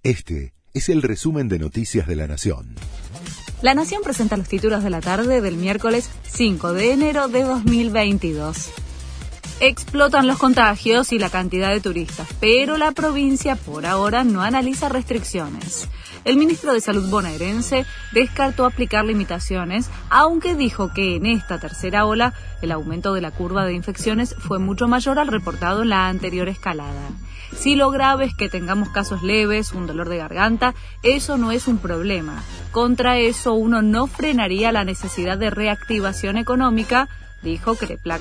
Este es el resumen de Noticias de la Nación. La Nación presenta los títulos de la tarde del miércoles 5 de enero de 2022. Explotan los contagios y la cantidad de turistas, pero la provincia por ahora no analiza restricciones. El ministro de Salud bonaerense descartó aplicar limitaciones, aunque dijo que en esta tercera ola el aumento de la curva de infecciones fue mucho mayor al reportado en la anterior escalada. Si lo grave es que tengamos casos leves, un dolor de garganta, eso no es un problema. Contra eso uno no frenaría la necesidad de reactivación económica, dijo Kreplak.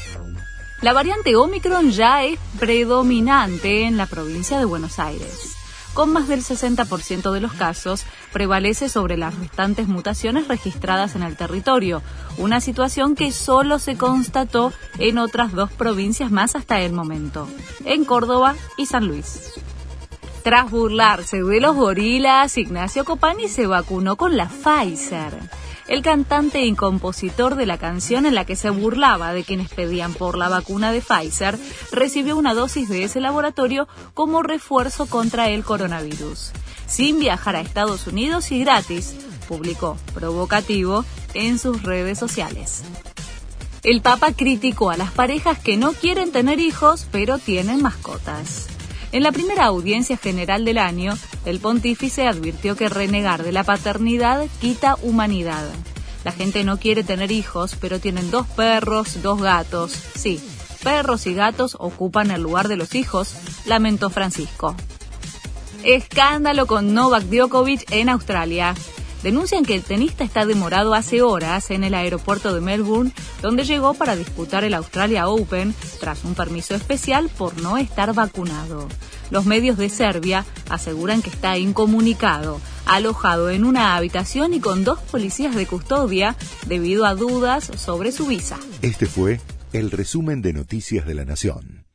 La variante Omicron ya es predominante en la provincia de Buenos Aires. Con más del 60% de los casos, prevalece sobre las restantes mutaciones registradas en el territorio, una situación que solo se constató en otras dos provincias más hasta el momento, en Córdoba y San Luis. Tras burlarse de los gorilas, Ignacio Copani se vacunó con la Pfizer. El cantante y compositor de la canción en la que se burlaba de quienes pedían por la vacuna de Pfizer recibió una dosis de ese laboratorio como refuerzo contra el coronavirus, sin viajar a Estados Unidos y gratis, publicó provocativo en sus redes sociales. El Papa criticó a las parejas que no quieren tener hijos pero tienen mascotas. En la primera audiencia general del año, el pontífice advirtió que renegar de la paternidad quita humanidad. La gente no quiere tener hijos, pero tienen 2 perros, 2 gatos. Sí, perros y gatos ocupan el lugar de los hijos, lamentó Francisco. Escándalo con Novak Djokovic en Australia. Denuncian que el tenista está demorado hace horas en el aeropuerto de Melbourne, donde llegó para disputar el Australia Open tras un permiso especial por no estar vacunado. Los medios de Serbia aseguran que está incomunicado, alojado en una habitación y con 2 policías de custodia debido a dudas sobre su visa. Este fue el resumen de Noticias de la Nación.